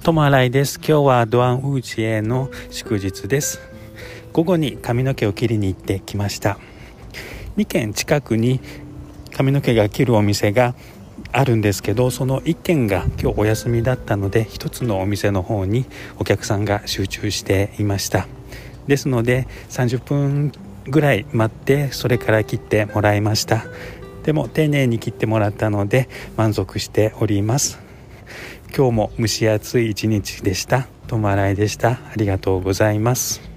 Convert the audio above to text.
友新井です。今日はドアンウーチへの祝日です。午後に髪の毛を切りに行ってきました。2軒近くに髪の毛が切るお店があるんですけど、その1軒が今日お休みだったので、1つのお店の方にお客さんが集中していました。ですので30分ぐらい待ってそれから切ってもらいました。でも丁寧に切ってもらったので満足しております。今日も蒸し暑い一日でした。友新井でした。ありがとうございます。